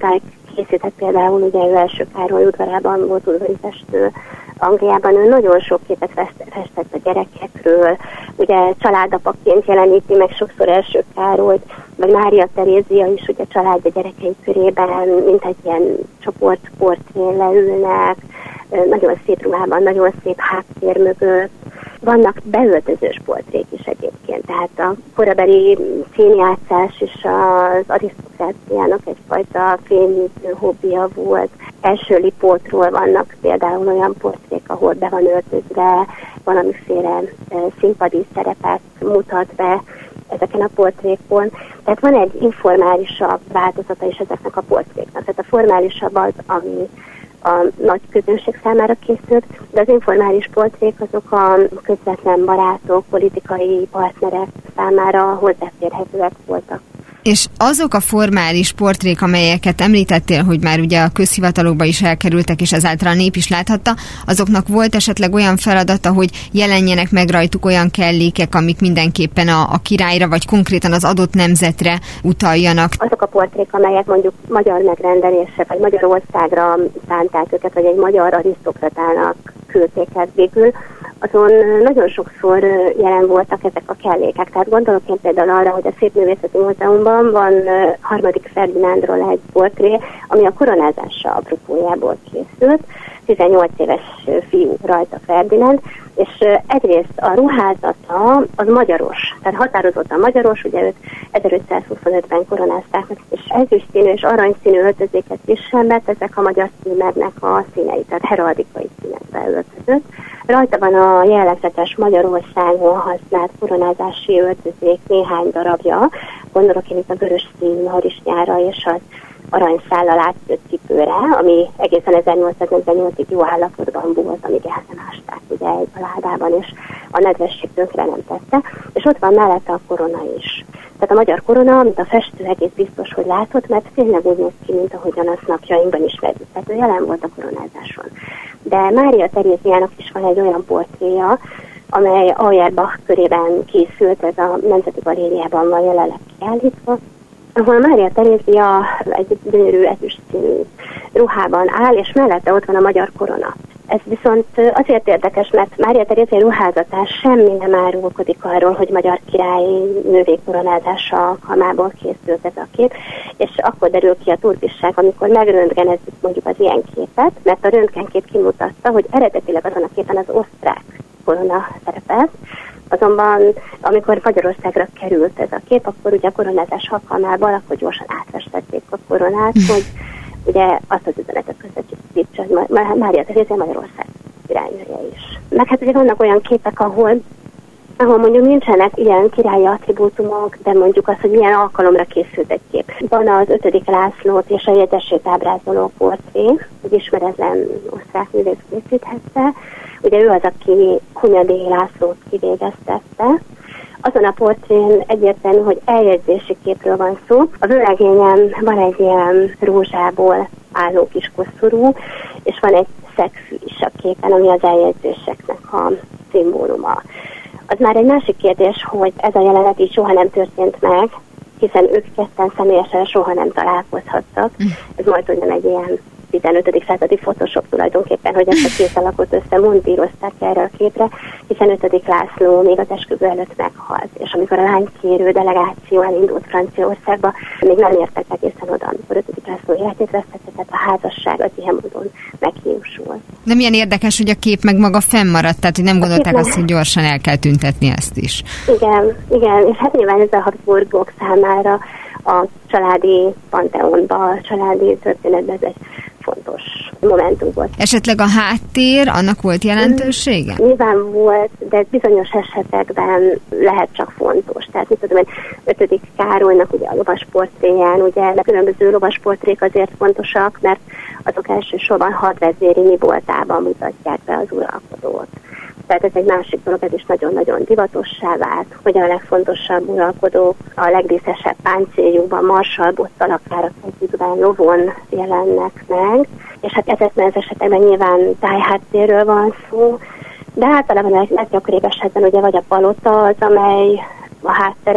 készített például, ugye ő első Károly udvarában volt udvarifestő Angliában, ő nagyon sok képet festett a gyerekekről, ugye családapaként jeleníti meg sokszor első Károlyt, vagy Mária Terézia is ugye családja gyerekei körében, mint egy ilyen csoportportrén leülnek, nagyon szép ruhában, nagyon szép háttér mögött. Vannak beöltözős portrék is egyébként, tehát a korabeli színjátszás és az arisztokráciának egyfajta fényűző hobbija volt. Első Lipótról vannak például olyan portrék, ahol be van öltözve, valamiféle színpadi szerepet mutat be ezeken a portrékon. Tehát van egy informálisabb változata is ezeknek a portréknak. Tehát a formálisabb az, ami a nagy közönség számára készült, de az informális portrék azok a közvetlen barátok, politikai partnerek számára hozzáférhetőek voltak. És azok a formális portrék, amelyeket említettél, hogy már ugye a közhivatalokba is elkerültek, és ezáltal a nép is láthatta, azoknak volt esetleg olyan feladata, hogy jelenjenek meg rajtuk olyan kellékek, amik mindenképpen a, a királyra, vagy konkrétan az adott nemzetre utaljanak? Azok a portrék, amelyek mondjuk magyar megrendelésre, vagy Magyarországra szánták őket, vagy egy magyar arisztokratának küldték el végül, azon nagyon sokszor jelen voltak ezek a kellékek. Tehát gondolok én például arra, hogy a Szépművészeti Múzeumban van harmadik Ferdinándról egy portré, ami a koronázása apropójából készült. tizennyolc éves fiú rajta Ferdinánd, és egyrészt a ruházata az magyaros, tehát határozottan magyaros, ugye őt ezerötszázhuszonötben koronázták, és ezüstszínű és aranyszínű öltözéket visel, mert ezek a magyar címernek a színei, tehát heraldikai színekbe öltözött. Rajta van a jellegzetes Magyarországon használt koronázási öltözék néhány darabja, gondolok én itt a vörös színű harisnyára és az aranyszállal átszőtt cipőre, ami egészen ezernyolcszáznegyvennyolcig jó állapotban volt, amíg el nem ásták ugye egy ládában, és a nedvesség tönkre nem tette, és ott van mellette a korona is. Tehát a magyar korona, amit a festő egész biztos, hogy látott, mert tényleg úgy néz ki, mint ahogyan azt napjainkban ismerjük. Tehát ő jelen volt a koronázáson. De Mária Teréziának is van egy olyan portréja, amely Auerbach körében készült, ez a Nemzeti Galériában van jelenleg kiállítva, ahol Mária Terézia egy gyönyörű ezüstszínű ruhában áll, és mellette ott van a magyar korona. Ez viszont azért érdekes, mert Mária Terézia ruházatás semmi nem árulkodik arról, hogy magyar király nővé koronázása alkalmából készült ez a kép, és akkor derül ki a turpisság, amikor megröntgenezzük mondjuk az ilyen képet, mert a röntgenkép kimutatta, hogy eredetileg azon a képen az osztrák korona szerepelt, azonban amikor Magyarországra került ez a kép, akkor ugye a koronázás alkalmával akkor gyorsan átfestették a koronát, hogy ugye azt az üzenetet közvetítse, hogy Mária Terézia Magyarország királynője is. Meg hát ugye vannak olyan képek, ahol, ahol mondjuk nincsenek ilyen királyi attribútumok, de mondjuk az, hogy milyen alkalomra készült egy kép. Van az ötödik Lászlót és a jegyessét ábrázoló portré, hogy ismeretlen osztrák művész készíthette. Ugye ő az, aki Hunyadi Lászlót kivégeztette. Azon a portrén egyértelmű, hogy eljegyzési képről van szó. A vőlegényen van egy ilyen rózsából álló kis koszorú, és van egy szegfű is a képen, ami az eljegyzéseknek a szimbóluma. Az már egy másik kérdés, hogy ez a jelenet így soha nem történt meg, hiszen ők ketten személyesen soha nem találkozhattak. Ez majd ugyan egy ilyen tizenötödik századi Photoshop tulajdonképpen, hogy ezt a két alakot összemontírozták erre a képre, hiszen ötödik László még az esküvő előtt meghalt, és amikor a lánykérő delegáció elindult Franciaországba, még nem értek egészen oda, amikor ötödik László életét vesztette, tehát a házasság az ilyen módon meghiúsult. De milyen érdekes, hogy a kép meg maga fennmaradt, tehát hogy nem gondolták azt, hogy gyorsan el kell tüntetni ezt is. Igen, igen, és hát nyilván ez a Habsburgok számára a családi panteonba, a családi történetben ez egy fontos momentum volt. Esetleg a háttér, annak volt jelentősége? Mm, nyilván volt, de bizonyos esetekben lehet csak fontos. Tehát mit tudom én, ötödik Károlynak ugye a lovasportréján, ugye a különböző lovasportrék azért fontosak, mert azok elsősorban hadvezéri mi voltában mutatják be az uralkodót. Tehát ez egy másik dolog, ez is nagyon-nagyon divatossá vált, hogy a legfontosabb uralkodók a legdíszesebb páncéljukban, marsalbottal, akár a kezükben, lovon jelennek meg, és hát ezekben az esetekben nyilván tájháttérről van szó, de általában a leggyakoribb esetben ugye vagy a palota az, amely a hátteret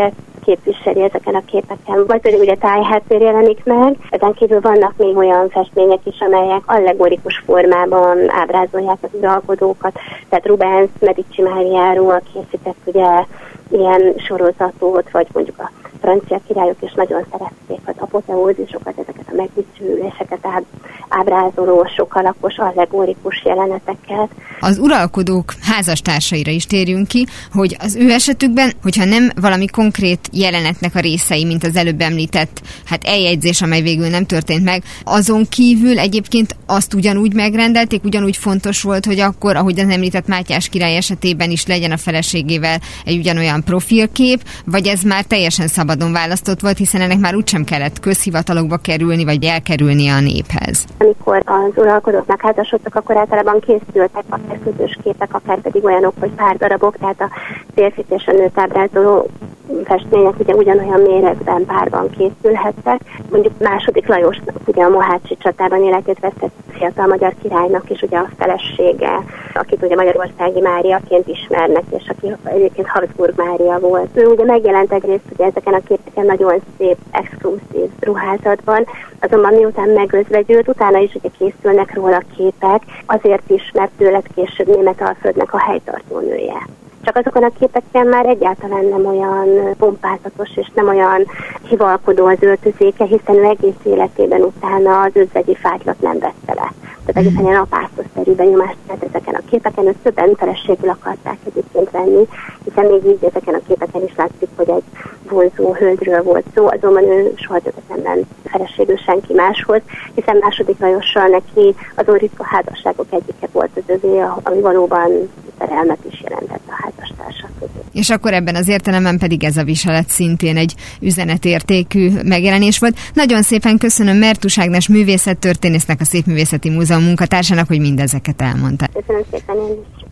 képviseli ezeken a képeken, vagy pedig ugye tájháttér jelenik meg. Ezen kívül vannak még olyan festmények is, amelyek allegorikus formában ábrázolják az uralkodókat. Tehát Rubens Medici Máriáról készített ugye ilyen sorozatot, vagy mondjuk a francia királyok is nagyon szerették az apoteózisokat, ezeket a megdicsüléseket ábrázoló, sokalapos, allegorikus jeleneteket. Az uralkodók házastársaira is térjünk ki, hogy az ő esetükben, hogyha nem valami konkrét jelenetnek a részei, mint az előbb említett hát eljegyzés, amely végül nem történt meg, azon kívül egyébként azt ugyanúgy megrendelték, ugyanúgy fontos volt, hogy akkor, ahogy az említett Mátyás király esetében is legyen a feleségével egy ugyanolyan profilkép, vagy ez már teljesen szabadon választott volt, hiszen ennek már úgysem kellett közhivatalokba kerülni, vagy elkerülni a néphez. Amikor az uralkodóknak házasodtak, akkor általában készültek akár közös képek, akár pedig olyanok, hogy pár darabok, tehát a férfit és a nőt ábrázoló festmények ugye ugyanolyan méretben párban készülhettek. Mondjuk második Lajosnak, ugye a mohácsi csatában életét vesztett fiatal magyar királynak is ugye a felesége, akit ugye Magyarországi Máriaként ismernek, és aki egyébként Habsburg Mária volt. Ő ugye megjelent egyrészt ugye ezeken a képeken nagyon szép, exkluzív ruházatban, azonban miután megözvegyült, utána is ugye készülnek róla képek, azért is, mert ő lett később Németalföldnek a helytartó nője. Csak azokon a képeken már egyáltalán nem olyan pompázatos és nem olyan hivalkodó az öltözéke, hiszen ő egész életében utána az özvegyi fátylat nem vette le. Tehát egészen ilyen apásztosszerű benyomást tett ezeken a képeken, őt többen feleségül akarták egyébként venni, hiszen még így ezeken a képeken is látszik, hogy egy vonzó hölgyről volt szó, azonban ő soha többet nem ment feleségül senki máshoz, hiszen második Lajossal neki azon ritka házasságok egyike volt az övé, ami valóban szerelmet is jelentett a házastársak között. És akkor ebben az értelemben pedig ez a viselet szintén egy üzenetértékű megjelenés volt. Nagyon szépen köszönöm Mertus Ágnes művészettörténésznek, a Szépművészeti Múzeum munkatársának, hogy mindezeket elmondta. Köszönöm szépen én is.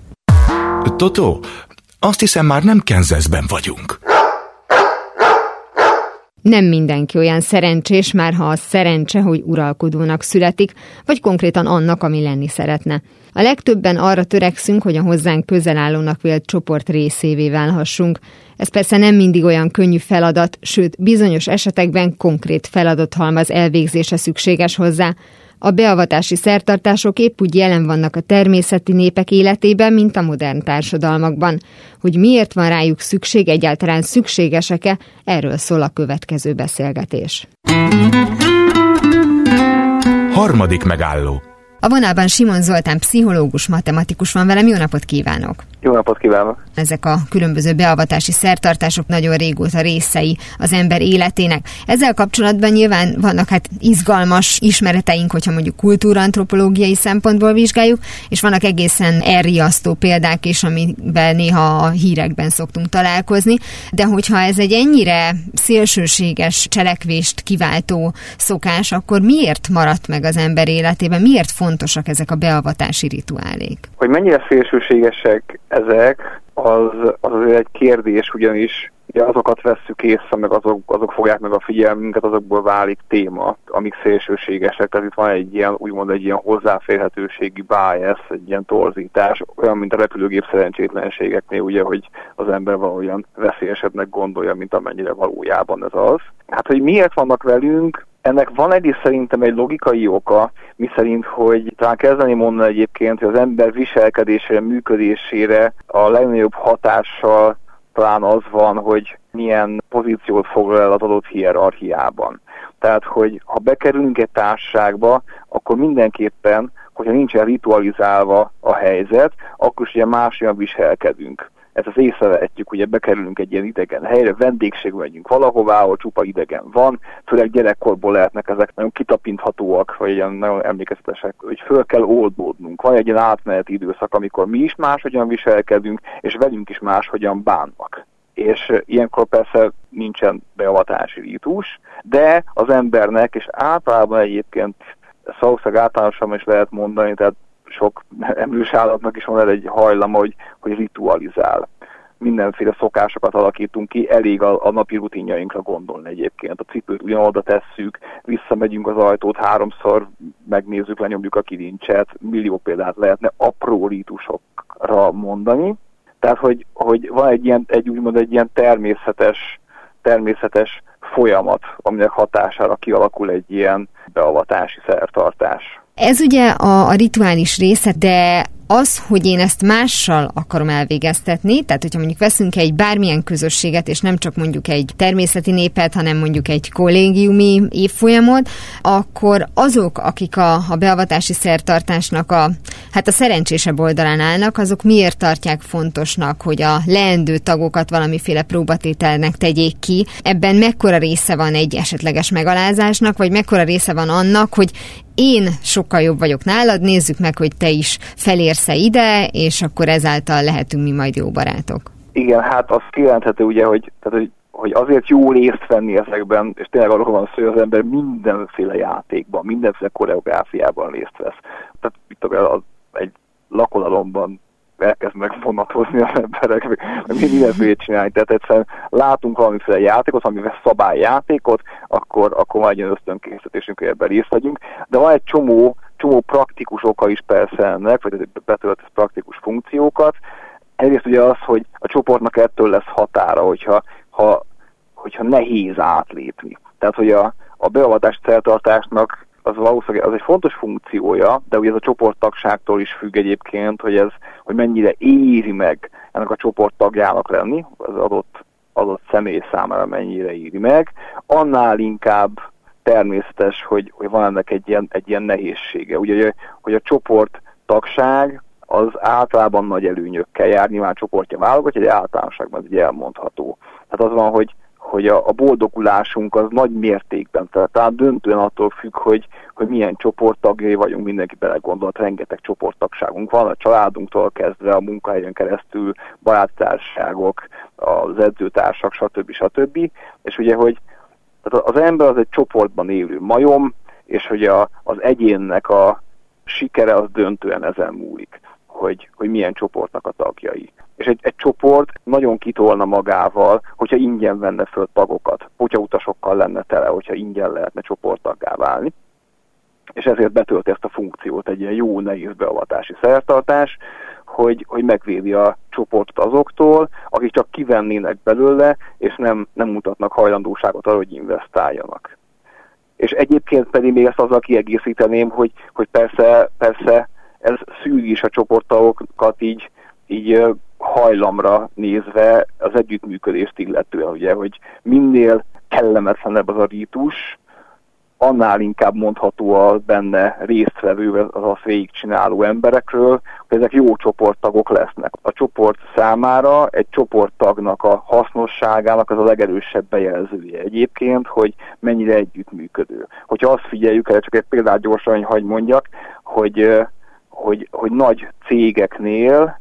Totó, azt hiszem már nem Kansasben vagyunk. Nem mindenki olyan szerencsés, már ha az szerencse, hogy uralkodónak születik, vagy konkrétan annak, ami lenni szeretne. A legtöbben arra törekszünk, hogy a hozzánk közel állónak vélt csoport részévé válhassunk. Ez persze nem mindig olyan könnyű feladat, sőt, bizonyos esetekben konkrét feladathalmaz elvégzése szükséges hozzá. A beavatási szertartások épp úgy jelen vannak a természeti népek életében, mint a modern társadalmakban. Hogy miért van rájuk szükség, egyáltalán szükségesek-e, erről szól a következő beszélgetés. Harmadik megálló. A vonalban Simon Zoltán pszichológus, matematikus van velem. Jó napot kívánok! Jó napot kívánok! Ezek a különböző beavatási szertartások nagyon régóta részei az ember életének. Ezzel kapcsolatban nyilván vannak hát izgalmas ismereteink, hogyha mondjuk kultúrantropológiai szempontból vizsgáljuk, és vannak egészen elriasztó példák is, amiben néha a hírekben szoktunk találkozni, de hogyha ez egy ennyire szélsőséges cselekvést kiváltó szokás, akkor miért maradt meg az ember életében? Miért fontosak ezek a beavatási rituálék? Hogy mennyire szélsőségesek ezek, az, az egy kérdés, ugyanis ugye azokat vesszük észre, meg azok, azok fogják meg a figyelmünket, azokból válik téma, amik szélsőségesek. Tehát itt van egy ilyen, úgymond egy ilyen hozzáférhetőségi bias, egy ilyen torzítás, olyan, mint a repülőgép szerencsétlenségeknél, ugye, hogy az ember valahogyan veszélyesebbnek gondolja, mint amennyire valójában ez az. Hát, hogy miért vannak velünk, ennek van egyrészt szerintem egy logikai oka, miszerint, hogy talán kezdeni mondani egyébként, hogy az ember viselkedésére, működésére a legnagyobb hatással talán az van, hogy milyen pozíciót foglal el az adott hierarchiában. Tehát, hogy ha bekerülünk egy társaságba, akkor mindenképpen, hogyha nincsen ritualizálva a helyzet, akkor is ugye máshogyan viselkedünk. Ezt az észrevehetjük, ugye bekerülünk egy ilyen idegen helyre, vendégségbe megyünk valahová, ahol csupa idegen van, főleg gyerekkorból lehetnek ezek nagyon kitapinthatóak, vagy ilyen nagyon emlékezetesek, hogy föl kell oldódnunk. Van egy ilyen átmeneti időszak, amikor mi is máshogyan viselkedünk, és velünk is máshogyan bánnak. És ilyenkor persze nincsen beavatási ritus, de az embernek, és általában egyébként szóval általánosan is lehet mondani, tehát sok emlős állatnak is van el egy hajlama, hogy, hogy ritualizál. Mindenféle szokásokat alakítunk ki, elég a, a napi rutinjainkra gondolni egyébként. A cipőt ugyanoda tesszük, visszamegyünk az ajtót, háromszor megnézzük, lenyomjuk a kilincset, millió példát lehetne apró ritusokra mondani. Tehát, hogy, hogy van egy ilyen, egy úgymond egy ilyen természetes természetes folyamat, aminek hatására kialakul egy ilyen beavatási szertartás. Ez ugye a, a rituális része, de az, hogy én ezt mással akarom elvégeztetni, tehát hogyha mondjuk veszünk egy bármilyen közösséget, és nem csak mondjuk egy természeti népet, hanem mondjuk egy kollégiumi évfolyamot, akkor azok, akik a, a beavatási szertartásnak a, hát a szerencsésebb oldalán állnak, azok miért tartják fontosnak, hogy a leendő tagokat valamiféle próbatételnek tegyék ki. Ebben mekkora része van egy esetleges megalázásnak, vagy mekkora része van annak, hogy én sokkal jobb vagyok nálad, nézzük meg, hogy te is felérsz-e ide, és akkor ezáltal lehetünk mi majd jó barátok. Igen, hát az kijelenthető ugye, hogy, tehát, hogy, hogy azért jó részt venni ezekben, és tényleg arról van szó, hogy az ember mindenféle játékban, mindenféle koreográfiában részt vesz. Tehát mit tudom, az egy lakodalomban elkezdenek vonatozni az emberek, meg mindenfélét csinálni. Tehát egyszerűen látunk valamiféle játékot, amivel szabályjátékot, akkor, akkor majd egy ösztönkészítésünk, hogy ebben részt vegyünk. De van egy csomó, csomó praktikus oka is persze ennek, vagy betöltesz praktikus funkciókat. Egyrészt ugye az, hogy a csoportnak ettől lesz határa, hogyha, ha, hogyha nehéz átlépni. Tehát, hogy a, a beavatási szertartásnak az valószínűleg az egy fontos funkciója, de ugye ez a csoporttagságtól is függ egyébként, hogy ez, hogy mennyire éri meg ennek a csoporttagjának lenni, az adott, adott személy számára mennyire éri meg, annál inkább természetes, hogy, hogy van ennek egy ilyen, egy ilyen nehézsége. Ugye, hogy a csoporttagság az általában nagy előnyökkel jár, nyilván csoportja válogatja, egy általánosságban ez így elmondható. Tehát az van, hogy hogy a, a boldogulásunk az nagy mértékben, tehát, tehát döntően attól függ, hogy, hogy milyen csoporttagjai vagyunk, mindenki belegondolt, rengeteg csoporttagságunk van, a családunktól kezdve, a munkahelyen keresztül, baráttárságok, az edzőtársak, stb. stb. És ugye, hogy tehát az ember az egy csoportban élő majom, és hogy a, az egyénnek a sikere az döntően ezen múlik, hogy, hogy milyen csoportnak a tagjai. És egy, egy csoport nagyon kitolna magával, hogyha ingyen venne föl tagokat, hogyha utasokkal lenne tele, hogyha ingyen lehetne csoporttaggá válni. És ezért betölti ezt a funkciót egy ilyen jó, nehéz beavatási szertartás, hogy, hogy megvédi a csoportot azoktól, akik csak kivennének belőle, és nem, nem mutatnak hajlandóságot arra, hogy investáljanak. És egyébként pedig még ezt azzal kiegészíteném, hogy, hogy persze, persze ez szűri is a csoporttagokat így, így hajlamra nézve az együttműködést illetően, ugye, hogy minél kellemetlenebb az a rítus, annál inkább mondható a benne résztvevő, az azt végigcsináló emberekről, hogy ezek jó csoporttagok lesznek. A csoport számára egy csoporttagnak a hasznosságának az a legerősebb bejelzője egyébként, hogy mennyire együttműködő. Hogyha azt figyeljük el, csak egy példát gyorsan hagy mondjak, hogy, hogy, hogy nagy cégeknél,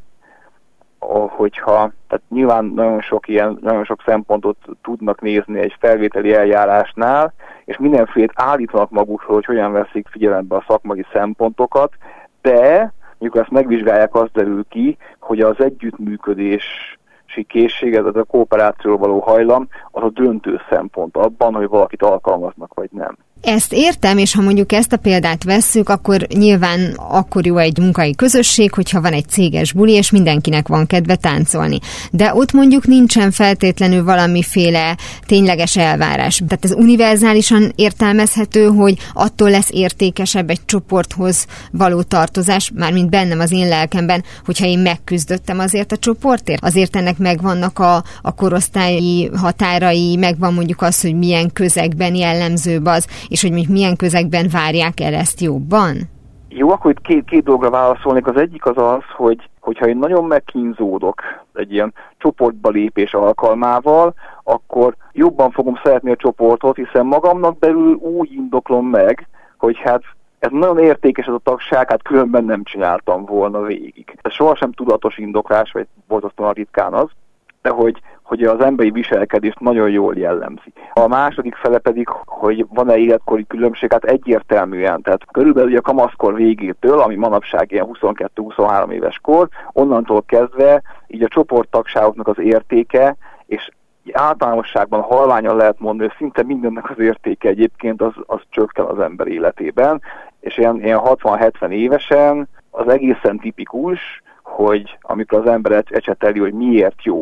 hogyha, tehát nyilván nagyon sok ilyen, nagyon sok szempontot tudnak nézni egy felvételi eljárásnál, és mindenfélét állítanak magukról, hogy hogyan veszik figyelembe a szakmai szempontokat, de mikor ezt megvizsgálják, az derül ki, hogy az együttműködési készség, ez a kooperációval való hajlam, az a döntő szempont abban, hogy valakit alkalmaznak, vagy nem. Ezt értem, és ha mondjuk ezt a példát vesszük, akkor nyilván akkor jó egy munkai közösség, hogyha van egy céges buli, és mindenkinek van kedve táncolni. De ott mondjuk nincsen feltétlenül valamiféle tényleges elvárás. Tehát ez univerzálisan értelmezhető, hogy attól lesz értékesebb egy csoporthoz való tartozás, mármint bennem az én lelkemben, hogyha én megküzdöttem azért a csoportért. Azért ennek megvannak a, a korosztályi határai, megvan mondjuk az, hogy milyen közegben jellemzőbb az, és hogy mondjuk milyen közegben várják el ezt jobban? Jó, akkor itt két, két dologra válaszolnék. Az egyik az az, hogy hogyha én nagyon megkínzódok egy ilyen csoportba lépés alkalmával, akkor jobban fogom szeretni a csoportot, hiszen magamnak belül úgy indoklom meg, hogy hát ez nagyon értékes ez a tagság, hát különben nem csináltam volna végig. Ez sohasem tudatos indoklás, vagy borzasztóan ritkán az, de hogy, hogy az emberi viselkedést nagyon jól jellemzi. A második fele pedig, hogy van-e életkori különbség, hát egyértelműen, tehát körülbelül a kamaszkor végétől, ami manapság ilyen huszonkettő-huszonhárom éves kor, onnantól kezdve így a csoporttagságoknak az értéke, és általánosságban halványan lehet mondani, hogy szinte mindennek az értéke egyébként az, az csökken az ember életében, és ilyen, ilyen hatvan-hetven évesen az egészen tipikus, hogy amikor az ember ecseteli, hogy miért jó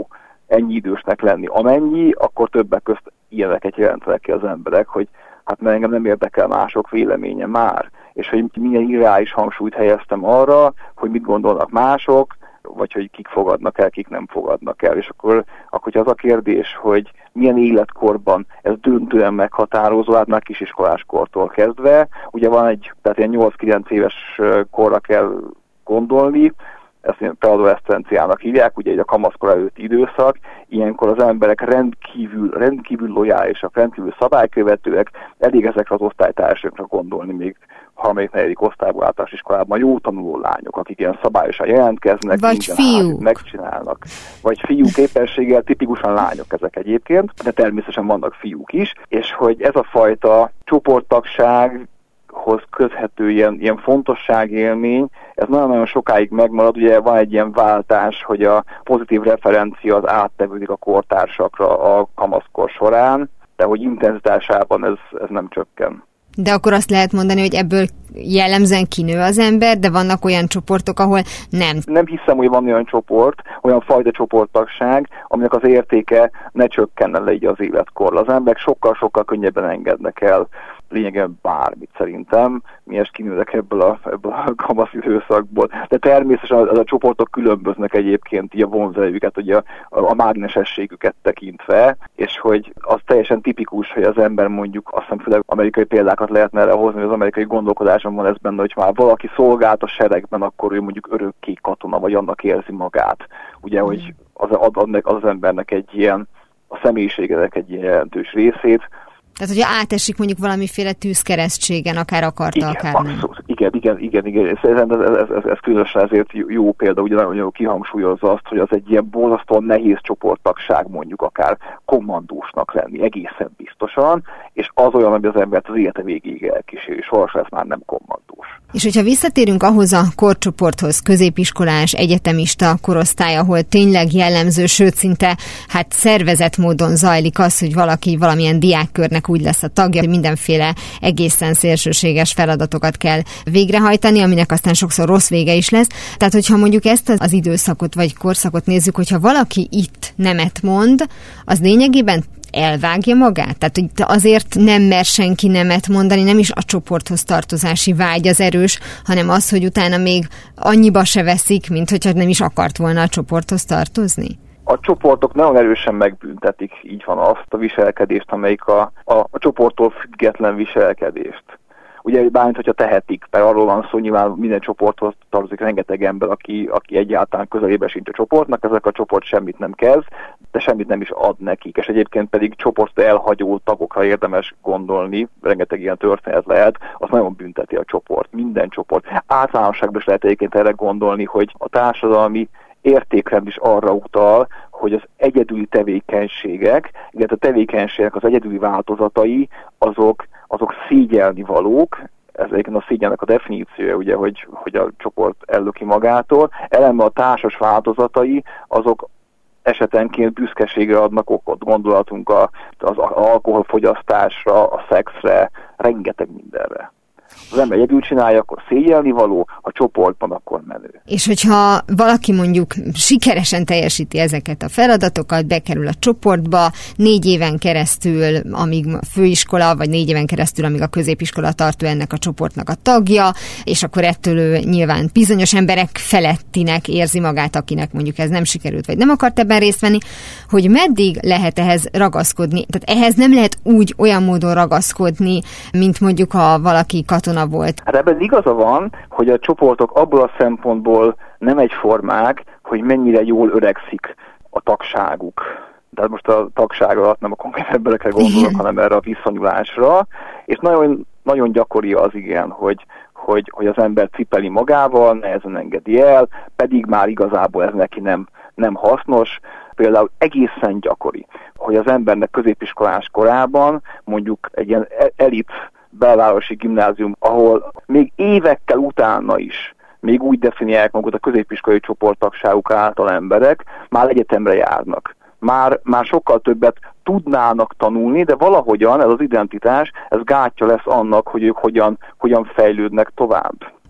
ennyi idősnek lenni. Amennyi, akkor többek közt ilyeneket jelentenek ki az emberek, hogy hát mert engem nem érdekel mások véleménye már, és hogy milyen irreális hangsúlyt helyeztem arra, hogy mit gondolnak mások, vagy hogy kik fogadnak el, kik nem fogadnak el. És akkor, akkor az a kérdés, hogy milyen életkorban ez döntően meghatározó, hát már kisiskolás kortól kezdve. Ugye van egy, tehát ilyen nyolc-kilenc éves korra kell gondolni, ezt preadoleszcenciának hívják, ugye egy a kamaszkor előtti időszak, ilyenkor az emberek rendkívül, rendkívül lojálisak, rendkívül szabálykövetőek, elég ezekre az osztálytársakra gondolni, még harmadik, negyedik osztályból általános iskolában jó tanuló lányok, akik ilyen szabályosan jelentkeznek, vagy fiúk megcsinálnak. Vagy fiú képességgel, tipikusan lányok ezek egyébként, de természetesen vannak fiúk is, és hogy ez a fajta csoporttagság hoz közhető ilyen, ilyen fontosságélmény, ez nagyon-nagyon sokáig megmarad, ugye van egy ilyen váltás, hogy a pozitív referencia az áttevődik a kortársakra a kamaszkor során, de hogy intenzitásában ez, ez nem csökken. De akkor azt lehet mondani, hogy ebből jellemzően kinő az ember, de vannak olyan csoportok, ahol nem. Nem hiszem, hogy van olyan csoport, olyan fajta csoporttagság, aminek az értéke ne csökkenne le így az életkorral. Az emberek sokkal-sokkal könnyebben engednek el lényegében bármit szerintem, miért kinőnek ebből a, ebből a kamasz időszakból. De természetesen a, a csoportok különböznek egyébként így a vonzerejüket, ugye a, a mágnesességüket tekintve, és hogy az teljesen tipikus, hogy az ember mondjuk, azt hiszem főleg amerikai példákat lehetne erre hozni, hogy az amerikai gondolkodáson van ez benne, hogy már valaki szolgált a seregben, akkor ő mondjuk örökké katona, vagy annak érzi magát. Ugye, hogy az, ad, ad az embernek egy ilyen, a személyiségének egy ilyen jelentős részét. Tehát, hogyha átesik mondjuk valamiféle tűzkeresztségen, akár akarta, igen, akár nem. Abszolút. Igen, igen, igen, igen. Ez, ez, ez, ez, ez különösen ezért jó példa, ugye nagyon jól kihangsúlyozza azt, hogy az egy ilyen borzasztóan nehéz csoporttagság, mondjuk akár kommandósnak lenni, egészen biztosan, és az olyan, ami az embert az élete végéig elkíséri, sohasem lesz már nem kommandós. És hogyha visszatérünk ahhoz a korcsoporthoz, középiskolás, egyetemista korosztály, ahol tényleg jellemző, sőt szinte hát szervezett módon zajlik az, hogy valaki valamilyen diákkörnek úgy lesz a tagja, hogy mindenféle egészen szélsőséges feladatokat kell végrehajtani, aminek aztán sokszor rossz vége is lesz. Tehát, hogyha mondjuk ezt az időszakot vagy korszakot nézzük, hogyha valaki itt nemet mond, az lényegében elvágja magát? Tehát, hogy azért nem mer senki nemet mondani, nem is a csoporthoz tartozási vágy az erős, hanem az, hogy utána még annyiba se veszik, mint hogyha nem is akart volna a csoporthoz tartozni? A csoportok nagyon erősen megbüntetik, így van, azt a viselkedést, amelyik a, a, a csoporttól független viselkedést. Ugye bármint, hogyha tehetik, mert arról van szó, nyilván minden csoporthoz tartozik rengeteg ember, aki, aki egyáltalán közelébe sincs a csoportnak, ezek a csoport semmit nem kezd, de semmit nem is ad nekik, és egyébként pedig csoport elhagyó tagokra érdemes gondolni, rengeteg ilyen történet lehet, az nagyon bünteti a csoport, minden csoport. Általánosságban is lehet egyébként erre gondolni, hogy a társadalmi értékrend is arra utal, hogy az egyedüli tevékenységek, illetve a tevékenységek az egyedüli változatai, azok, azok szégyelni valók, ez egyébként a szégyennek a definíciója, ugye, hogy, hogy a csoport ellöki magától, ellenben a társas változatai, azok esetenként büszkeségre adnak okot, gondolatunk a, az alkoholfogyasztásra, a szexre, rengeteg mindenre. Az ember egyedül csinálja, akkor szégyelni való, ha csoportban, akkor menő. És hogyha valaki mondjuk sikeresen teljesíti ezeket a feladatokat, bekerül a csoportba, négy éven keresztül, amíg a főiskola, vagy négy éven keresztül, amíg a középiskola tartó ennek a csoportnak a tagja, és akkor ettől ő nyilván bizonyos emberek felettinek érzi magát, akinek mondjuk ez nem sikerült, vagy nem akart ebben részt venni, hogy meddig lehet ehhez ragaszkodni. Tehát ehhez nem lehet úgy olyan módon ragaszkodni, mint mondjuk ha valaki katona volt. Hát ebben igaza van, hogy a csoportok abból a szempontból nem egyformák, hogy mennyire jól öregszik a tagságuk. De most a tagság alatt nem a konkrét emberekre gondolok, hanem erre a viszonyulásra. És nagyon, nagyon gyakori az igen, hogy, hogy, hogy az ember cipeli magával, nehezen engedi el, pedig már igazából ez neki nem, nem hasznos. Például egészen gyakori, hogy az embernek középiskolás korában mondjuk egy ilyen elit belvárosi gimnázium, ahol még évekkel utána is még úgy definiálják magukat a középiskolai csoporttagságuk által emberek, már egyetemre járnak. Már, már sokkal többet tudnának tanulni, de valahogyan ez az identitás, ez gátja lesz annak, hogy ők hogyan, hogyan fejlődnek tovább.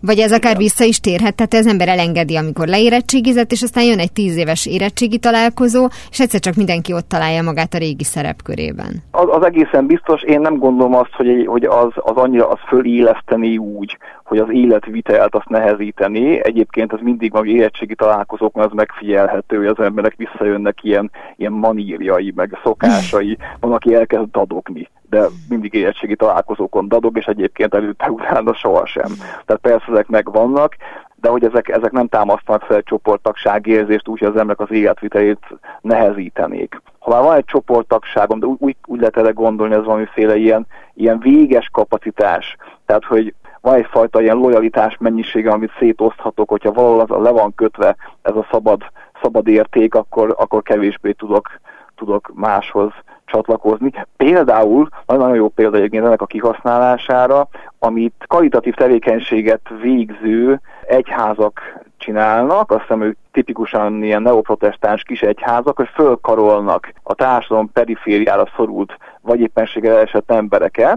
Vagy ez akár vissza is térhet, tehát az ember elengedi, amikor leérettségizett, és aztán jön egy tíz éves érettségi találkozó, és egyszer csak mindenki ott találja magát a régi szerepkörében. Az, az egészen biztos, én nem gondolom azt, hogy, hogy az, az annyira az föléleszteni úgy, hogy az életvitelt azt nehezíteni. Egyébként ez mindig mag érettségi találkozókon az megfigyelhető, hogy az emberek visszajönnek ilyen, ilyen manírjai, meg szokásai, van, aki elkezd dadogni, de mindig érettségi találkozókon dadog, és egyébként előtte utána sohasem. Tehát persze ezek megvannak, de hogy ezek, ezek nem támasztanak fel egy csoporttagságérzést, úgy, hogy az emberek az életvitelét nehezítenék. Ha már van egy csoporttagságom, de úgy, úgy lehet erre gondolni, ez valamiféle ilyen, ilyen véges kapacitás, tehát hogy van egyfajta ilyen lojalitás mennyisége, amit szétoszthatok, hogyha valahol az le van kötve ez a szabad, szabad érték, akkor, akkor kevésbé tudok, tudok máshoz csatlakozni. Például, nagyon jó példa egyébként ennek a kihasználására, amit karitatív tevékenységet végző egyházak csinálnak, azt hiszem ők tipikusan ilyen neoprotestáns kis egyházak, hogy fölkarolnak a társadalom perifériára szorult, vagy éppenséggel esett embereket,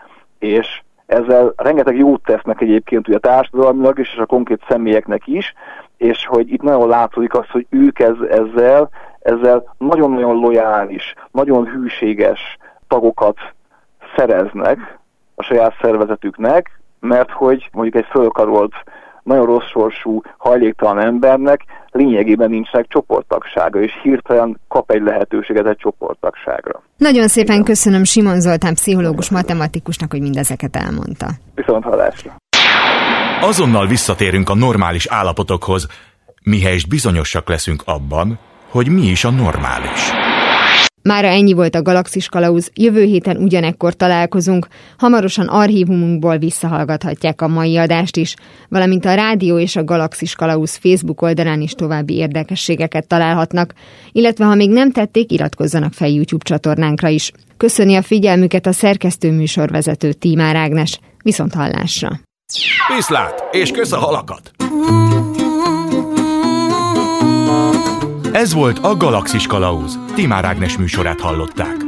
és ezzel rengeteg jót tesznek egyébként ugye a társadalmilag is, és a konkrét személyeknek is, és hogy itt nagyon látszik az, hogy ők ez, ezzel, ezzel nagyon-nagyon lojális, nagyon hűséges tagokat szereznek a saját szervezetüknek, mert hogy mondjuk egy fölkarolt, nagyon rossz sorsú, hajléktalan embernek lényegében nincsenek csoporttagsága, és hirtelen kap egy lehetőséget egy csoporttagságra. Nagyon szépen Igen. köszönöm Simon Zoltán pszichológus matematikusnak, hogy mindezeket elmondta. Viszont hallásra. Azonnal visszatérünk a normális állapotokhoz, mihelyest bizonyosak leszünk abban, hogy mi is a normális. Mára ennyi volt a Galaxis Kalauz, jövő héten ugyanekkor találkozunk, hamarosan archívumunkból visszahallgathatják a mai adást is, valamint a rádió és a Galaxis Kalauz Facebook oldalán is további érdekességeket találhatnak, illetve ha még nem tették, iratkozzanak fel YouTube csatornánkra is. Köszöni a figyelmüket a szerkesztő műsorvezető Tímár Ágnes, viszont hallásra! Viszlát, és kösz a halakat! Ez volt a Galaxis Kalauz. Tímár Ágnes műsorát hallották.